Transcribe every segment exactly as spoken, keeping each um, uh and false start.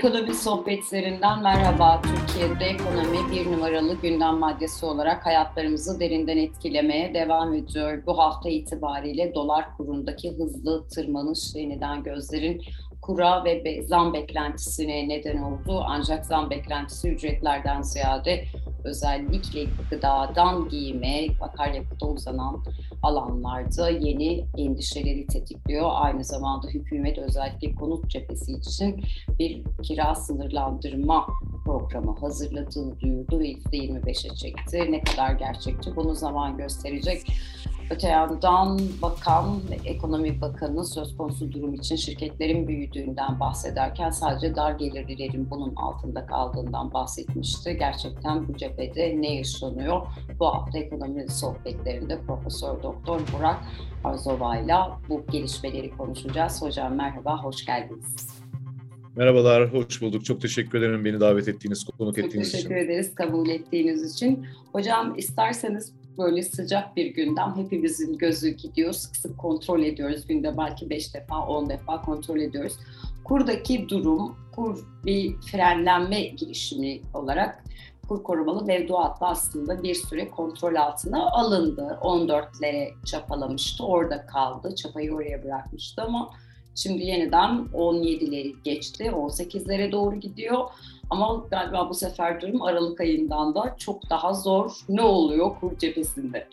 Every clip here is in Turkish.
Ekonomi sohbetlerinden merhaba. Türkiye'de ekonomi bir numaralı gündem maddesi olarak hayatlarımızı derinden etkilemeye devam ediyor. Bu hafta itibariyle dolar kurundaki hızlı tırmanış yeniden gözlerin kura ve zam beklentisine neden oldu. Ancak zam beklentisi ücretlerden ziyade özellikle gıdadan giyime, akaryakıta uzanan alanlarda yeni endişeleri tetikliyor. Aynı zamanda hükümet özellikle konut cephesi için bir kira sınırlandırma programı hazırladığını duyurdu ve yüzde yirmi beşe çekti. Ne kadar gerçekçi bunu zaman gösterecek. Öte yandan Bakan, Ekonomi Bakanı söz konusu durum için şirketlerin büyüdüğünden bahsederken sadece dar gelirlilerin bunun altında kaldığından bahsetmişti. Gerçekten bu cephede ne yaşanıyor? Bu hafta ekonomi sohbetlerinde Profesör Doktor Burak Arzova'yla bu gelişmeleri konuşacağız. Hocam merhaba, hoş geldiniz. Merhabalar, hoş bulduk. Çok teşekkür ederim beni davet ettiğiniz, konuk Çok ettiğiniz için. Çok teşekkür ederiz kabul ettiğiniz için. Hocam isterseniz böyle sıcak bir gündem, hepimizin gözü gidiyor, sık sık kontrol ediyoruz. Günde belki beş defa, on defa kontrol ediyoruz. Kurdaki durum, kur bir frenlenme girişimi olarak kur korumalı mevduatla aslında bir süre kontrol altına alındı. on dörtlere çapalamıştı, orada kaldı, çapayı oraya bırakmıştı ama şimdi yeniden on yedileri geçti, on sekizlere doğru gidiyor. Ama galiba bu sefer durum Aralık ayından da çok daha zor. Ne oluyor kur cephesinde?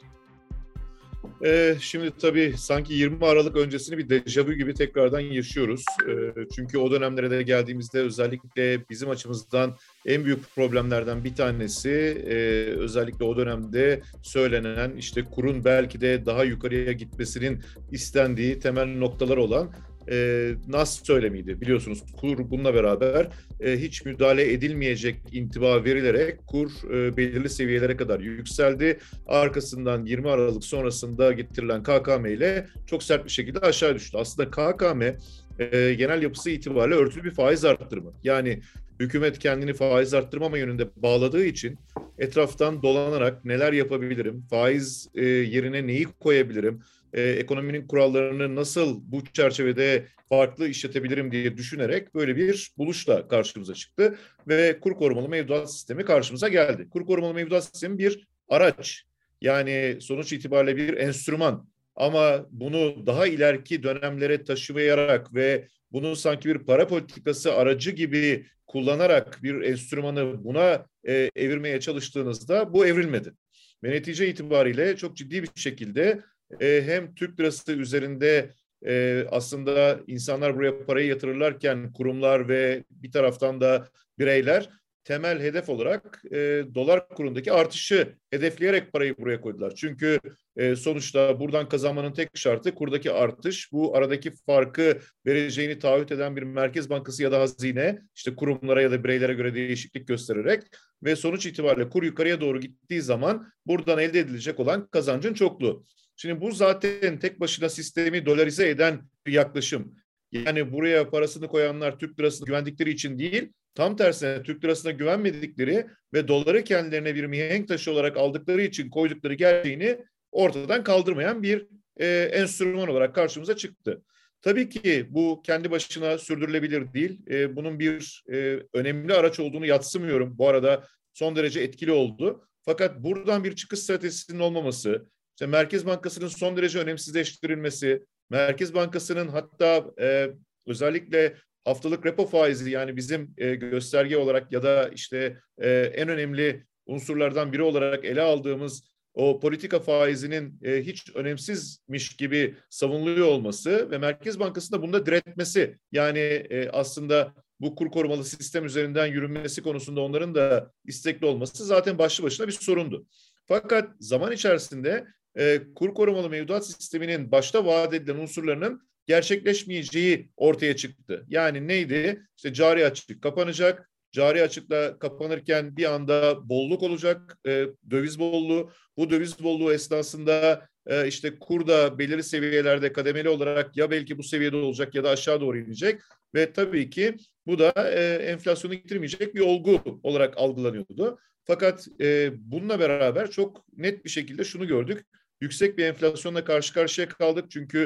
Ee, şimdi tabii sanki yirmi Aralık öncesini bir dejavu gibi tekrardan yaşıyoruz. Ee, çünkü o dönemlere de geldiğimizde özellikle bizim açımızdan en büyük problemlerden bir tanesi e, özellikle o dönemde söylenen işte kurun belki de daha yukarıya gitmesinin istendiği temel noktalar olan E, Nas söylemiydi. Biliyorsunuz kur bununla beraber e, hiç müdahale edilmeyecek intiba verilerek kur e, belirli seviyelere kadar yükseldi. Arkasından yirmi Aralık sonrasında getirilen K K M ile çok sert bir şekilde aşağı düştü. Aslında K K M e, genel yapısı itibariyle örtülü bir faiz arttırımı. Yani hükümet kendini faiz arttırmama yönünde bağladığı için etraftan dolanarak neler yapabilirim, faiz e, yerine neyi koyabilirim, Ee, ekonominin kurallarını nasıl bu çerçevede farklı işletebilirim diye düşünerek böyle bir buluşla karşımıza çıktı ve kur korumalı mevduat sistemi karşımıza geldi. Kur korumalı mevduat sistemi bir araç, yani sonuç itibariyle bir enstrüman, ama bunu daha ileriki dönemlere taşıyarak ve bunu sanki bir para politikası aracı gibi kullanarak bir enstrümanı buna e, evirmeye çalıştığınızda bu evrilmedi. Ve netice itibariyle çok ciddi bir şekilde E, hem Türk lirası üzerinde e, aslında insanlar buraya parayı yatırırlarken kurumlar ve bir taraftan da bireyler temel hedef olarak e, dolar kurundaki artışı hedefleyerek parayı buraya koydular. Çünkü e, sonuçta buradan kazanmanın tek şartı kurdaki artış. Bu aradaki farkı vereceğini taahhüt eden bir Merkez Bankası ya da hazine işte kurumlara ya da bireylere göre değişiklik göstererek ve sonuç itibariyle kur yukarıya doğru gittiği zaman buradan elde edilecek olan kazancın çokluğu. Şimdi bu zaten tek başına sistemi dolarize eden bir yaklaşım. Yani buraya parasını koyanlar Türk lirasına güvendikleri için değil, tam tersine Türk lirasına güvenmedikleri ve doları kendilerine bir mihenk taşı olarak aldıkları için koydukları gerçeğini ortadan kaldırmayan bir e, enstrüman olarak karşımıza çıktı. Tabii ki bu kendi başına sürdürülebilir değil. E, bunun bir e, önemli araç olduğunu yadsımıyorum. Bu arada son derece etkili oldu. Fakat buradan bir çıkış stratejisinin olmaması, İşte Merkez Bankası'nın son derece önemsizleştirilmesi, Merkez Bankası'nın hatta e, özellikle haftalık repo faizi, yani bizim e, gösterge olarak ya da işte e, en önemli unsurlardan biri olarak ele aldığımız o politika faizinin e, hiç önemsizmiş gibi savunuluyor olması ve Merkez Bankası'nın da bunda diretmesi, yani e, aslında bu kur korumalı sistem üzerinden yürünmesi konusunda onların da istekli olması zaten başlı başına bir sorundu. Fakat zaman içerisinde e, kur korumalı mevduat sisteminin başta vaat edilen unsurlarının gerçekleşmeyeceği ortaya çıktı. Yani neydi? İşte cari açık kapanacak. Cari açıkla kapanırken bir anda bolluk olacak, e, döviz bolluğu. Bu döviz bolluğu esnasında e, işte kur da belirli seviyelerde kademeli olarak ya belki bu seviyede olacak ya da aşağı doğru inecek. Ve tabii ki bu da e, enflasyonu getirmeyecek bir olgu olarak algılanıyordu. Fakat e, bununla beraber çok net bir şekilde şunu gördük. Yüksek bir enflasyonla karşı karşıya kaldık. Çünkü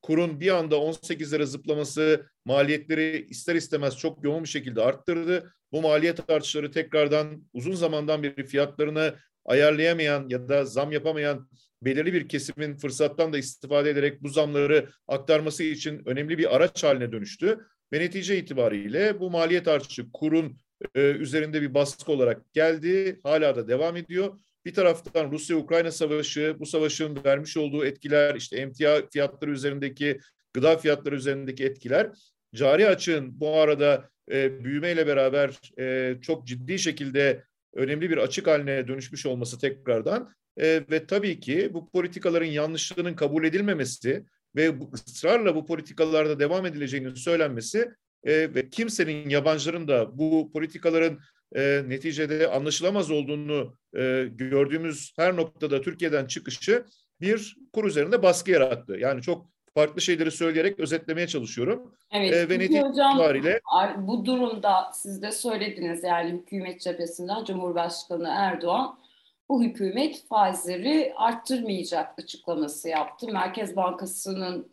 kurun bir anda on sekizlere zıplaması maliyetleri ister istemez çok yoğun bir şekilde arttırdı. Bu maliyet artışları tekrardan uzun zamandan beri fiyatlarını ayarlayamayan ya da zam yapamayan belirli bir kesimin fırsattan da istifade ederek bu zamları aktarması için önemli bir araç haline dönüştü. Ve netice itibariyle bu maliyet artışı kurun e, üzerinde bir baskı olarak geldi. Hala da devam ediyor. Bir taraftan Rusya-Ukrayna savaşı, bu savaşın vermiş olduğu etkiler, işte emtia fiyatları üzerindeki, gıda fiyatları üzerindeki etkiler, cari açığın bu arada e, büyümeyle beraber e, çok ciddi şekilde önemli bir açık haline dönüşmüş olması tekrardan e, ve tabii ki bu politikaların yanlışlığının kabul edilmemesi ve bu, ısrarla bu politikalarda devam edileceğinin söylenmesi e, ve kimsenin, yabancıların da bu politikaların e, neticede anlaşılamaz olduğunu e, gördüğümüz her noktada Türkiye'den çıkışı bir kur üzerinde baskı yarattı. Yani çok farklı şeyleri söyleyerek özetlemeye çalışıyorum. Evet, E, ve netice hocam itibariyle bu durumda siz de söylediniz, yani hükümet cephesinden Cumhurbaşkanı Erdoğan bu hükümet faizleri arttırmayacak açıklaması yaptı. Merkez Bankası'nın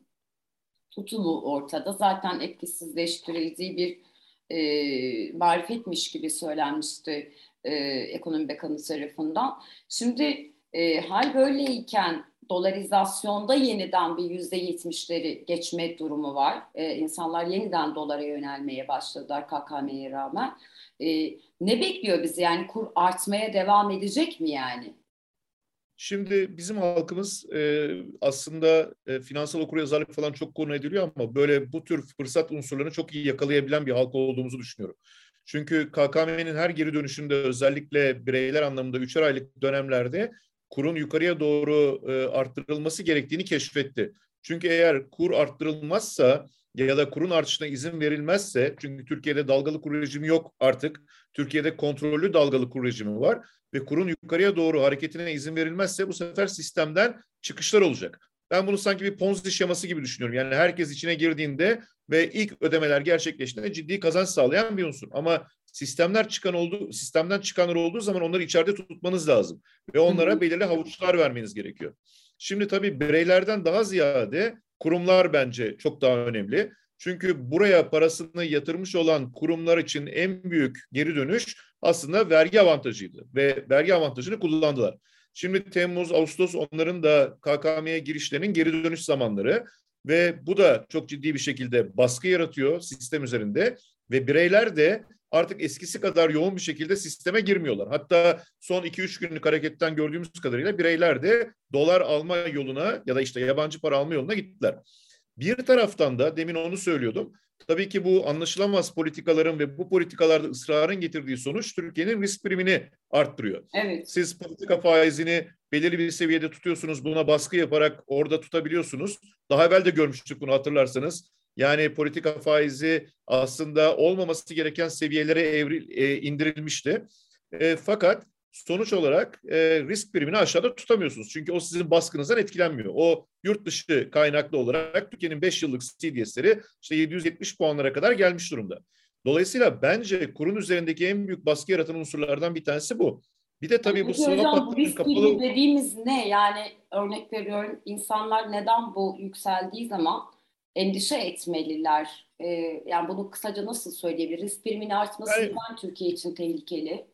tutumu ortada. Zaten etkisizleştirildiği bir e, marifetmiş gibi söylenmişti e, Ekonomi Bakanı tarafından. Şimdi e, hal böyleyken dolarizasyonda yeniden bir yüzde yetmişleri geçme durumu var. E, insanlar yeniden dolara yönelmeye başladılar K K M'ye rağmen. E, ne bekliyor bizi? Yani kur artmaya devam edecek mi yani? Şimdi bizim halkımız e, aslında e, finansal okuryazarlık falan çok konu ediliyor ama böyle bu tür fırsat unsurlarını çok iyi yakalayabilen bir halk olduğumuzu düşünüyorum. Çünkü K K M'nin her geri dönüşünde özellikle bireyler anlamında üçer aylık dönemlerde kurun yukarıya doğru e, arttırılması gerektiğini keşfetti. Çünkü eğer kur arttırılmazsa ya da kurun artışına izin verilmezse, çünkü Türkiye'de dalgalı kur rejimi yok artık. Türkiye'de kontrollü dalgalı kur rejimi var ve kurun yukarıya doğru hareketine izin verilmezse bu sefer sistemden çıkışlar olacak. Ben bunu sanki bir Ponzi şeması gibi düşünüyorum. Yani herkes içine girdiğinde ve ilk ödemeler gerçekleştiğinde ciddi kazanç sağlayan bir unsur. Ama sistemler çıkan oldu, sistemden çıkanlar olduğu zaman onları içeride tutmanız lazım ve onlara belirli havuçlar vermeniz gerekiyor. Şimdi tabii bireylerden daha ziyade kurumlar bence çok daha önemli. Çünkü buraya parasını yatırmış olan kurumlar için en büyük geri dönüş aslında vergi avantajıydı ve vergi avantajını kullandılar. Şimdi Temmuz, Ağustos onların da K K M'ye girişlerinin geri dönüş zamanları ve bu da çok ciddi bir şekilde baskı yaratıyor sistem üzerinde ve bireyler de artık eskisi kadar yoğun bir şekilde sisteme girmiyorlar. Hatta son iki üç günlük hareketten gördüğümüz kadarıyla bireyler de dolar alma yoluna ya da işte yabancı para alma yoluna gittiler. Bir taraftan da demin onu söylüyordum. Tabii ki bu anlaşılamaz politikaların ve bu politikalarda ısrarın getirdiği sonuç Türkiye'nin risk primini arttırıyor. Evet. Siz politika faizini belirli bir seviyede tutuyorsunuz, buna baskı yaparak orada tutabiliyorsunuz. Daha evvel de görmüştük bunu, hatırlarsanız. Yani politika faizi aslında olmaması gereken seviyelere evril, e, indirilmişti. E, fakat sonuç olarak e, risk primini aşağıda tutamıyorsunuz. Çünkü o sizin baskınızdan etkilenmiyor. O yurt dışı kaynaklı olarak Türkiye'nin beş yıllık C D S'leri işte yedi yüz yetmiş puanlara kadar gelmiş durumda. Dolayısıyla bence kurun üzerindeki en büyük baskı yaratan unsurlardan bir tanesi bu. Bir de tabii bu swap hocam, bu risk kapalı... primi dediğimiz ne? Yani örnek veriyorum, insanlar neden bu yükseldiği zaman endişe etmeliler? Ee, yani bunu kısaca nasıl söyleyebiliriz? Risk priminin artması Yani, neden Türkiye için tehlikeli?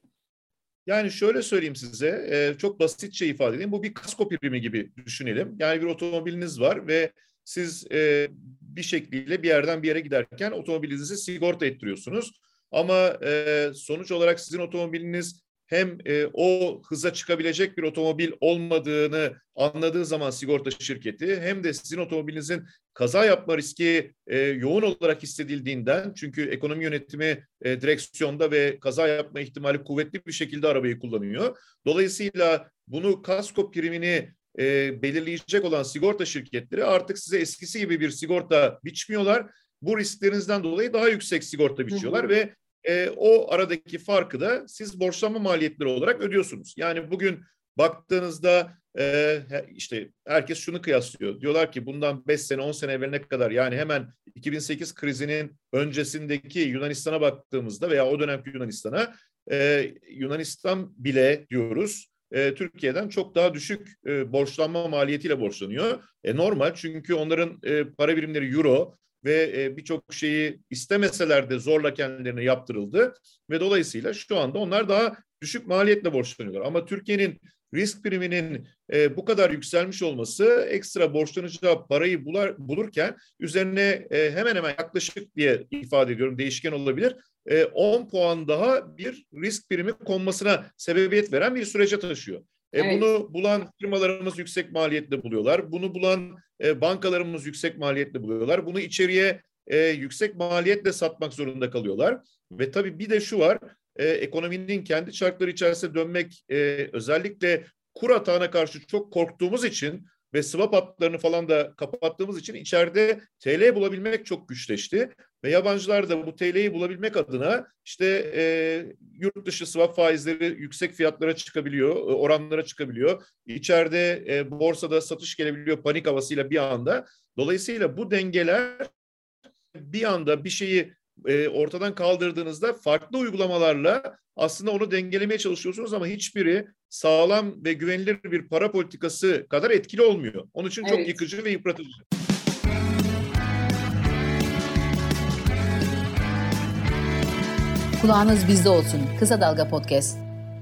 Yani şöyle söyleyeyim size, e, çok basitçe ifade edeyim. Bu bir kasko primi gibi düşünelim. Yani bir otomobiliniz var ve siz e, bir şekliyle bir yerden bir yere giderken otomobilinizi sigorta ettiriyorsunuz. Ama e, sonuç olarak sizin otomobiliniz hem e, o hıza çıkabilecek bir otomobil olmadığını anladığı zaman sigorta şirketi, hem de sizin otomobilinizin kaza yapma riski e, yoğun olarak hissedildiğinden, çünkü ekonomi yönetimi e, direksiyonda ve kaza yapma ihtimali kuvvetli bir şekilde arabayı kullanıyor. Dolayısıyla bunu kasko primini e, belirleyecek olan sigorta şirketleri artık size eskisi gibi bir sigorta biçmiyorlar. Bu risklerinizden dolayı daha yüksek sigorta biçiyorlar hı hı. ve e, o aradaki farkı da siz borçlanma maliyetleri olarak ödüyorsunuz. Yani bugün baktığınızda e, işte herkes şunu kıyaslıyor. Diyorlar ki bundan beş sene on sene evveline kadar, yani hemen iki bin sekiz krizinin öncesindeki Yunanistan'a baktığımızda veya o dönemki Yunanistan'a, e, Yunanistan bile diyoruz e, Türkiye'den çok daha düşük e, borçlanma maliyetiyle borçlanıyor. E, normal, çünkü onların e, para birimleri euro ve e, birçok şeyi istemeseler de zorla kendilerine yaptırıldı ve dolayısıyla şu anda onlar daha düşük maliyetle borçlanıyorlar. Ama Türkiye'nin risk priminin e, bu kadar yükselmiş olması, ekstra borçlanacağı parayı bular, bulurken üzerine e, hemen hemen yaklaşık diye ifade ediyorum, değişken olabilir, e, on puan daha bir risk primi konmasına sebebiyet veren bir sürece taşıyor. E, Evet. Bunu bulan firmalarımız yüksek maliyetle buluyorlar. Bunu bulan e, bankalarımız yüksek maliyetle buluyorlar. Bunu içeriye e, yüksek maliyetle satmak zorunda kalıyorlar. Ve tabii bir de şu var, e, ekonominin kendi çarkları içerisinde dönmek, e, özellikle kur atağına karşı çok korktuğumuz için ve swap hatlarını falan da kapattığımız için içeride T L bulabilmek çok güçleşti. Ve yabancılar da bu T L'yi bulabilmek adına işte e, yurt dışı swap faizleri yüksek fiyatlara çıkabiliyor, oranlara çıkabiliyor. İçeride e, borsada satış gelebiliyor panik havasıyla bir anda. Dolayısıyla bu dengeler bir anda bir şeyi e, ortadan kaldırdığınızda farklı uygulamalarla aslında onu dengelemeye çalışıyorsunuz ama hiçbiri sağlam ve güvenilir bir para politikası kadar etkili olmuyor. Onun için çok Evet. yıkıcı ve yıpratıcı. Kulağınız bizde olsun. Kısa Dalga Podcast.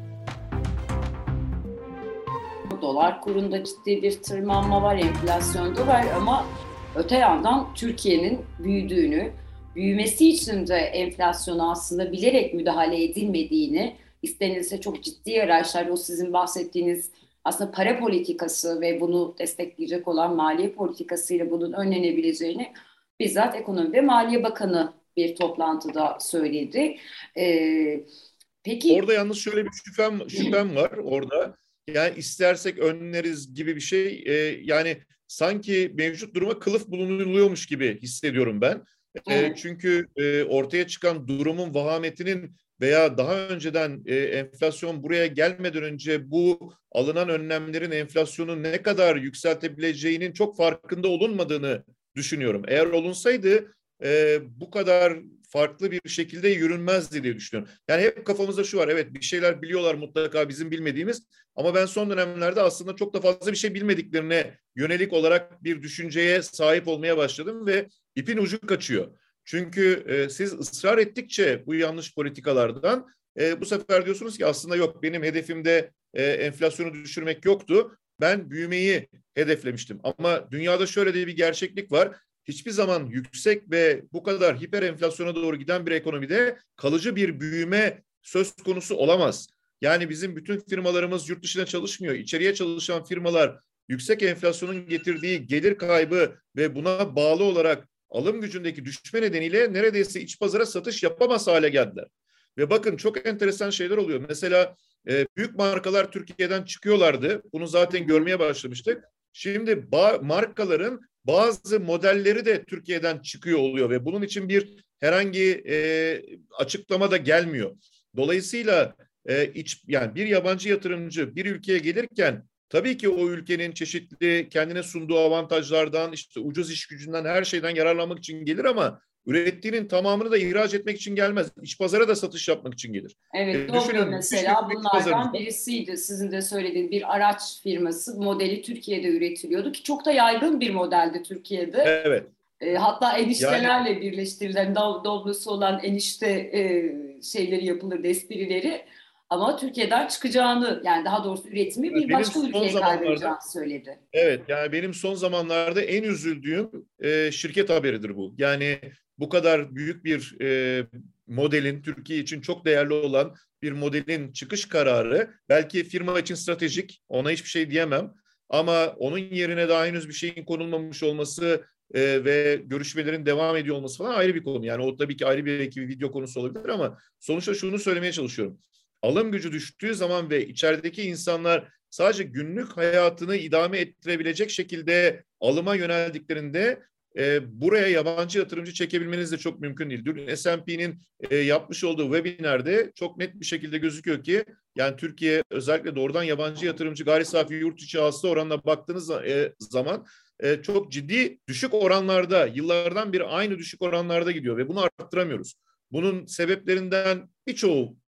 Dolar kurunda ciddi bir tırmanma var, enflasyonda var ama öte yandan Türkiye'nin büyüdüğünü, büyümesi için de enflasyona aslında bilerek müdahale edilmediğini, istenilse çok ciddi araçlar, o sizin bahsettiğiniz aslında para politikası ve bunu destekleyecek olan maliye politikasıyla bunun önlenebileceğini bizzat Ekonomi ve Maliye Bakanı bir toplantıda söyledi. Ee, peki... Orada yalnız şöyle bir şüphem, şüphem var orada. Yani istersek önleriz gibi bir şey. Ee, yani sanki mevcut duruma kılıf bulunuluyormuş gibi hissediyorum ben. Ee, çünkü e, ortaya çıkan durumun vahametinin veya daha önceden e, enflasyon buraya gelmeden önce bu alınan önlemlerin enflasyonu ne kadar yükseltebileceğinin çok farkında olunmadığını düşünüyorum. Eğer olunsaydı e, bu kadar farklı bir şekilde yürünmezdi diye düşünüyorum. Yani hep kafamızda şu var, evet bir şeyler biliyorlar mutlaka bizim bilmediğimiz, ama ben son dönemlerde aslında çok da fazla bir şey bilmediklerine yönelik olarak bir düşünceye sahip olmaya başladım ve ipin ucu kaçıyor. Çünkü e, siz ısrar ettikçe bu yanlış politikalardan e, bu sefer diyorsunuz ki aslında yok, benim hedefimde e, enflasyonu düşürmek yoktu. Ben büyümeyi hedeflemiştim. Ama dünyada şöyle de bir gerçeklik var. Hiçbir zaman yüksek ve bu kadar hiper enflasyona doğru giden bir ekonomide kalıcı bir büyüme söz konusu olamaz. Yani bizim bütün firmalarımız yurt dışına çalışmıyor. İçeriye çalışan firmalar yüksek enflasyonun getirdiği gelir kaybı ve buna bağlı olarak alım gücündeki düşme nedeniyle neredeyse iç pazara satış yapamaz hale geldiler. Ve bakın çok enteresan şeyler oluyor. Mesela e, büyük markalar Türkiye'den çıkıyorlardı. Bunu zaten görmeye başlamıştık. Şimdi ba- markaların bazı modelleri de Türkiye'den çıkıyor oluyor ve bunun için bir herhangi e, açıklama da gelmiyor. Dolayısıyla e, iç, yani bir yabancı yatırımcı bir ülkeye gelirken tabii ki o ülkenin çeşitli kendine sunduğu avantajlardan, işte ucuz iş gücünden, her şeyden yararlanmak için gelir ama ürettiğinin tamamını da ihraç etmek için gelmez. İç pazara da satış yapmak için gelir. Evet, E, Doblo mesela bunlardan bir birisiydi. Sizin de söylediğiniz bir araç firması modeli Türkiye'de üretiliyordu ki çok da yaygın bir modeldi Türkiye'de. Evet. E, hatta eniştelerle yani, birleştirilen Doblo'su olan enişte e, şeyleri yapılırdı, esprileri. Ama Türkiye'den çıkacağını, yani daha doğrusu üretimi bir başka ülkeye kaydıracağını söyledi. Evet, yani benim son zamanlarda en üzüldüğüm e, şirket haberidir bu. Yani bu kadar büyük bir e, modelin, Türkiye için çok değerli olan bir modelin çıkış kararı belki firma için stratejik, ona hiçbir şey diyemem. Ama onun yerine daha henüz bir şeyin konulmamış olması e, ve görüşmelerin devam ediyor olması falan ayrı bir konu. Yani o tabii ki ayrı bir, belki bir video konusu olabilir ama sonuçta şunu söylemeye çalışıyorum. Alım gücü düştüğü zaman ve içerideki insanlar sadece günlük hayatını idame ettirebilecek şekilde alıma yöneldiklerinde e, buraya yabancı yatırımcı çekebilmeniz de çok mümkün değil. Dün S and P'nin e, yapmış olduğu webinerde çok net bir şekilde gözüküyor ki yani Türkiye özellikle doğrudan yabancı yatırımcı gayri safi yurt içi hasıla oranına baktığınız e, zaman e, çok ciddi düşük oranlarda, yıllardan beri aynı düşük oranlarda gidiyor ve bunu arttıramıyoruz. Bunun sebeplerinden birçoğu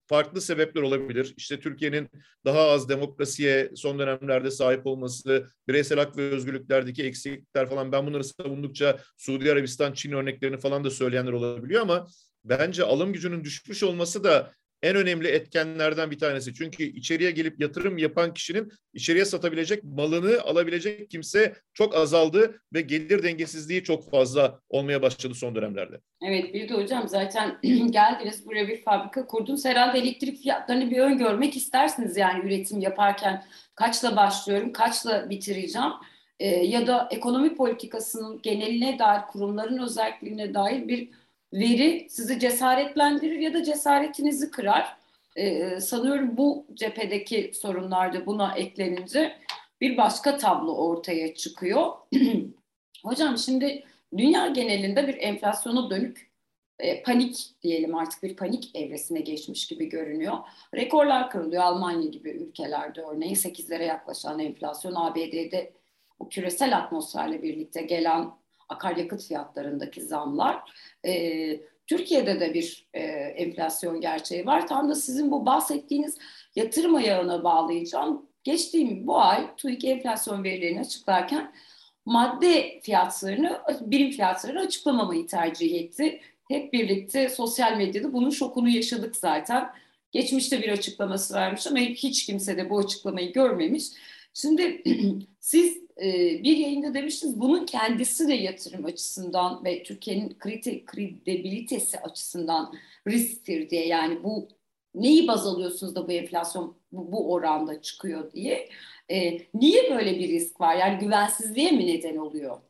farklı sebepler olabilir. İşte Türkiye'nin daha az demokrasiye son dönemlerde sahip olması, bireysel hak ve özgürlüklerdeki eksiklikler falan, ben bunları savundukça Suudi Arabistan, Çin örneklerini falan da söyleyenler olabiliyor ama bence alım gücünün düşmüş olması da en önemli etkenlerden bir tanesi. Çünkü içeriye gelip yatırım yapan kişinin içeriye satabilecek malını alabilecek kimse çok azaldı ve gelir dengesizliği çok fazla olmaya başladı son dönemlerde. Evet, bir de hocam zaten geldiniz buraya, bir fabrika kurdunuz. Herhalde elektrik fiyatlarını bir öngörmek istersiniz, yani üretim yaparken kaçla başlıyorum, kaçla bitireceğim. Ee, ya da ekonomi politikasının geneline dair, kurumların özelliğine dair bir veri sizi cesaretlendirir ya da cesaretinizi kırar. Ee, sanıyorum bu cephedeki sorunlar da buna eklenince bir başka tablo ortaya çıkıyor. Hocam şimdi dünya genelinde bir enflasyona dönük e, panik diyelim, artık bir panik evresine geçmiş gibi görünüyor. Rekorlar kırılıyor. Almanya gibi ülkelerde örneğin sekizlere yaklaşan enflasyon, A B D'de o küresel atmosferle birlikte gelen akaryakıt fiyatlarındaki zamlar. E, Türkiye'de de bir e, enflasyon gerçeği var. Tam da sizin bu bahsettiğiniz yatırım ayağına bağlayacağım. Geçtiğim bu ay TÜİK enflasyon verilerini açıklarken madde fiyatlarını, birim fiyatlarını açıklamamayı tercih etti. Hep birlikte sosyal medyada bunun şokunu yaşadık zaten. Geçmişte bir açıklaması vermiş ama hiç kimse de bu açıklamayı görmemiş. Şimdi siz e, bir yayında demiştiniz, bunun kendisi de yatırım açısından ve Türkiye'nin kredi, kredibilitesi açısından risktir diye. Yani bu neyi baz alıyorsunuz da bu enflasyon bu, bu oranda çıkıyor diye. E, niye böyle bir risk var? Yani güvensizliğe mi neden oluyor?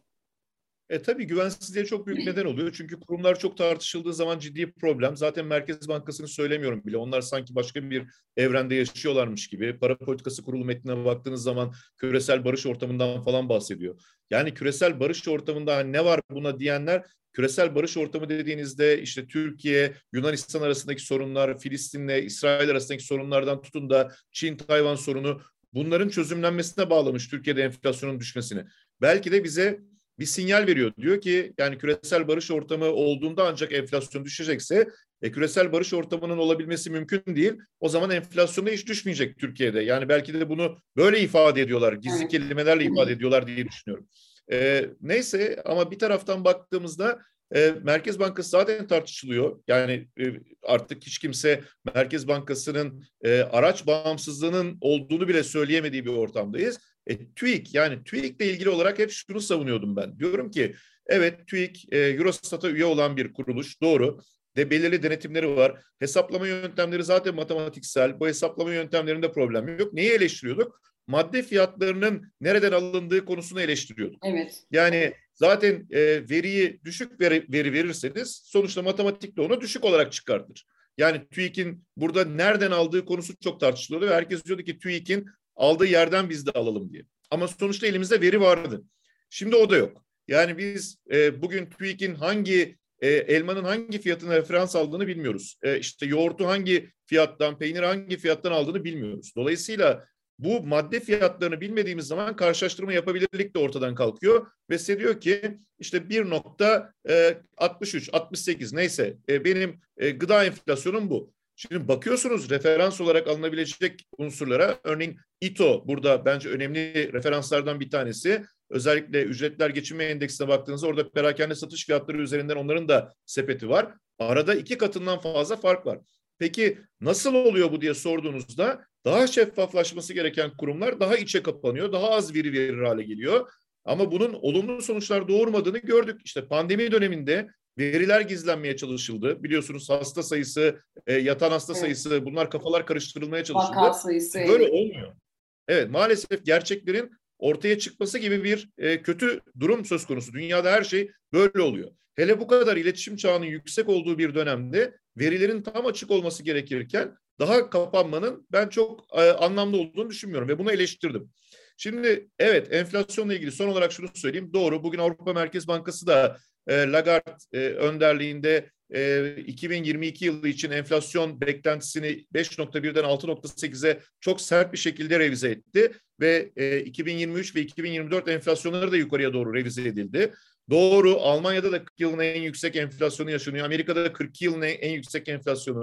E tabii güvensizliğe çok büyük neden oluyor. Çünkü kurumlar çok tartışıldığı zaman ciddi problem. Zaten Merkez Bankası'nı söylemiyorum bile. Onlar sanki başka bir evrende yaşıyorlarmış gibi. Para Politikası Kurulu metnine baktığınız zaman küresel barış ortamından falan bahsediyor. Yani küresel barış ortamında ne var buna diyenler, küresel barış ortamı dediğinizde işte Türkiye, Yunanistan arasındaki sorunlar, Filistin'le İsrail arasındaki sorunlardan tutun da Çin-Tayvan sorunu, bunların çözümlenmesine bağlamış Türkiye'de enflasyonun düşmesini. Belki de bize bir sinyal veriyor. Diyor ki yani küresel barış ortamı olduğunda ancak enflasyon düşecekse e, küresel barış ortamının olabilmesi mümkün değil. O zaman enflasyon da hiç düşmeyecek Türkiye'de. Yani belki de bunu böyle ifade ediyorlar. Gizli evet. kelimelerle ifade ediyorlar diye düşünüyorum. E, neyse ama bir taraftan baktığımızda e, Merkez Bankası zaten tartışılıyor. Yani e, artık hiç kimse Merkez Bankası'nın e, araç bağımsızlığının olduğunu bile söyleyemediği bir ortamdayız. E, TÜİK, yani TÜİK'le ilgili olarak hep şunu savunuyordum ben. Diyorum ki evet TÜİK e, Eurostat'a üye olan bir kuruluş, doğru. De belirli denetimleri var. Hesaplama yöntemleri zaten matematiksel. Bu hesaplama yöntemlerinde problem yok. Neyi eleştiriyorduk? Madde fiyatlarının nereden alındığı konusunu eleştiriyorduk. Evet. Yani zaten e, veriyi düşük veri, veri verirseniz sonuçta matematik de onu düşük olarak çıkartır. Yani TÜİK'in burada nereden aldığı konusu çok tartışılıyordu ve herkes diyordu ki TÜİK'in aldığı yerden biz de alalım diye. Ama sonuçta elimizde veri vardı. Şimdi o da yok. Yani biz e, bugün TÜİK'in hangi e, elmanın hangi fiyatına referans aldığını bilmiyoruz. E, işte yoğurtu hangi fiyattan, peynir hangi fiyattan aldığını bilmiyoruz. Dolayısıyla bu madde fiyatlarını bilmediğimiz zaman karşılaştırma yapabilirlik de ortadan kalkıyor ve size diyor ki işte bir nokta altmış üç altmış sekiz neyse e, benim e, gıda enflasyonum bu. Şimdi bakıyorsunuz referans olarak alınabilecek unsurlara, örneğin İTO burada bence önemli referanslardan bir tanesi. Özellikle ücretler geçinme endeksine baktığınızda orada perakende satış fiyatları üzerinden onların da sepeti var. Arada iki katından fazla fark var. Peki nasıl oluyor bu diye sorduğunuzda daha şeffaflaşması gereken kurumlar daha içe kapanıyor, daha az veri verir hale geliyor. Ama bunun olumlu sonuçlar doğurmadığını gördük. İşte pandemi döneminde veriler gizlenmeye çalışıldı. Biliyorsunuz hasta sayısı, e, yatan hasta evet. sayısı, bunlar kafalar karıştırılmaya çalışıldı. Vaka sayısı. Böyle evet. olmuyor. Evet, maalesef gerçeklerin ortaya çıkması gibi bir e, kötü durum söz konusu. Dünyada her şey böyle oluyor. Hele bu kadar iletişim çağının yüksek olduğu bir dönemde verilerin tam açık olması gerekirken daha kapanmanın ben çok e, anlamlı olduğunu düşünmüyorum ve bunu eleştirdim. Şimdi evet, enflasyonla ilgili son olarak şunu söyleyeyim. Doğru, bugün Avrupa Merkez Bankası da e, Lagarde e, önderliğinde e, iki bin yirmi iki yılı için enflasyon beklentisini beş nokta birden altı nokta sekize çok sert bir şekilde revize etti ve e, iki bin yirmi üç ve iki bin yirmi dört enflasyonları da yukarıya doğru revize edildi. Doğru, Almanya'da da kırk yılın en yüksek enflasyonu yaşanıyor. Amerika'da da kırk yılın en yüksek enflasyonu.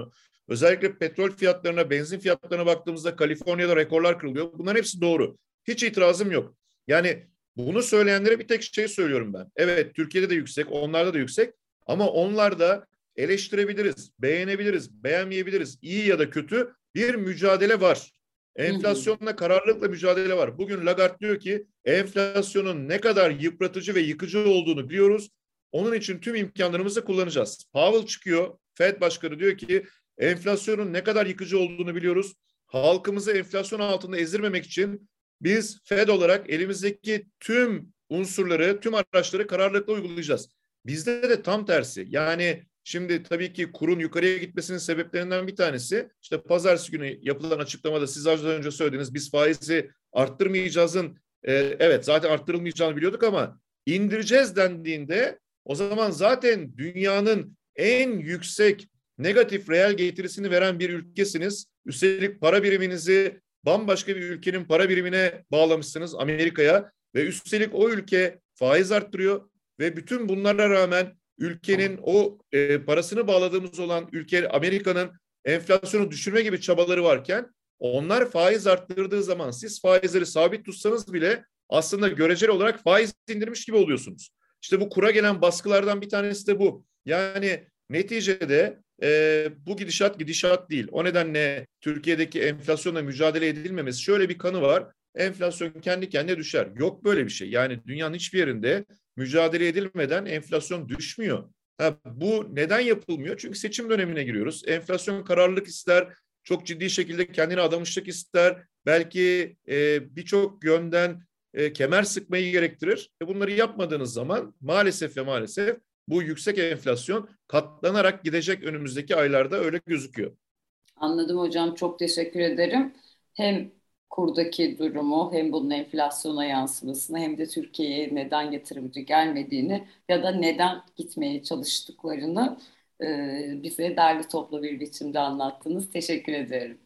Özellikle petrol fiyatlarına, benzin fiyatlarına baktığımızda Kaliforniya'da rekorlar kırılıyor. Bunların hepsi doğru. Hiç itirazım yok. Yani bunu söyleyenlere bir tek şey söylüyorum ben. Evet, Türkiye'de de yüksek, onlarda da yüksek ama onlar da eleştirebiliriz, beğenebiliriz, beğenmeyebiliriz. İyi ya da kötü bir mücadele var. Enflasyonla kararlılıkla mücadele var. Bugün Lagarde diyor ki enflasyonun ne kadar yıpratıcı ve yıkıcı olduğunu biliyoruz. Onun için tüm imkanlarımızı kullanacağız. Powell çıkıyor, Fed Başkanı diyor ki enflasyonun ne kadar yıkıcı olduğunu biliyoruz. Halkımızı enflasyon altında ezdirmemek için biz Fed olarak elimizdeki tüm unsurları, tüm araçları kararlılıkla uygulayacağız. Bizde de tam tersi. Yani şimdi tabii ki kurun yukarıya gitmesinin sebeplerinden bir tanesi işte pazartesi günü yapılan açıklamada siz az önce söylediğiniz biz faizi arttırmayacağızın e, evet zaten arttırılmayacağını biliyorduk ama indireceğiz dendiğinde o zaman zaten dünyanın en yüksek negatif reel getirisini veren bir ülkesiniz. Üstelik para biriminizi bambaşka bir ülkenin para birimine bağlamışsınız Amerika'ya ve üstelik o ülke faiz arttırıyor ve bütün bunlara rağmen ülkenin o e, parasını bağladığımız olan ülke Amerika'nın enflasyonu düşürme gibi çabaları varken onlar faiz arttırdığı zaman siz faizleri sabit tutsanız bile aslında göreceli olarak faiz indirmiş gibi oluyorsunuz. İşte bu kura gelen baskılardan bir tanesi de bu. Yani neticede e, bu gidişat gidişat değil. O nedenle Türkiye'deki enflasyonla mücadele edilmemesi şöyle bir kanı var. Enflasyon kendi kendine düşer. Yok böyle bir şey. Yani dünyanın hiçbir yerinde mücadele edilmeden enflasyon düşmüyor. Ha, bu neden yapılmıyor? Çünkü seçim dönemine giriyoruz. Enflasyon kararlılık ister, çok ciddi şekilde kendine adamışlık ister. Belki e, birçok yönden e, kemer sıkmayı gerektirir. E, bunları yapmadığınız zaman maalesef ve maalesef bu yüksek enflasyon katlanarak gidecek önümüzdeki aylarda öyle gözüküyor. Anladım hocam, çok teşekkür ederim. Hem kurdaki durumu hem bunun enflasyona yansımasını hem de Türkiye'ye neden yatırımcı gelmediğini ya da neden gitmeye çalıştıklarını e, bize derli toplu bir biçimde anlattınız. Teşekkür ederim.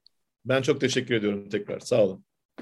Ben çok teşekkür ediyorum tekrar. Sağ olun.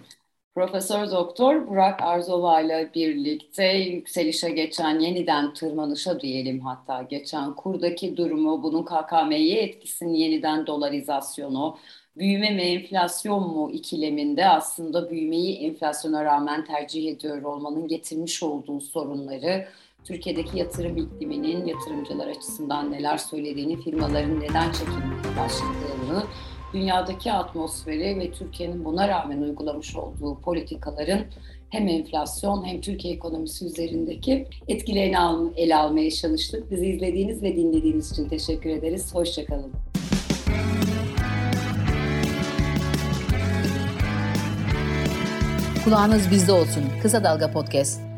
Profesör Doktor Burak Arzova ile birlikte yükselişe geçen, yeniden tırmanışa diyelim hatta geçen kurdaki durumu, bunun K K M'ye etkisini, yeniden dolarizasyonu, büyüme mi enflasyon mu ikileminde aslında büyümeyi enflasyona rağmen tercih ediyor olmanın getirmiş olduğu sorunları, Türkiye'deki yatırım ikliminin yatırımcılar açısından neler söylediğini, firmaların neden çekilmeye başladığını, dünyadaki atmosferi ve Türkiye'nin buna rağmen uygulamış olduğu politikaların hem enflasyon hem Türkiye ekonomisi üzerindeki etkilerini al- ele almaya çalıştık. Bizi izlediğiniz ve dinlediğiniz için teşekkür ederiz. Hoşçakalın. Kulağınız bizde olsun. Kısa Dalga Podcast.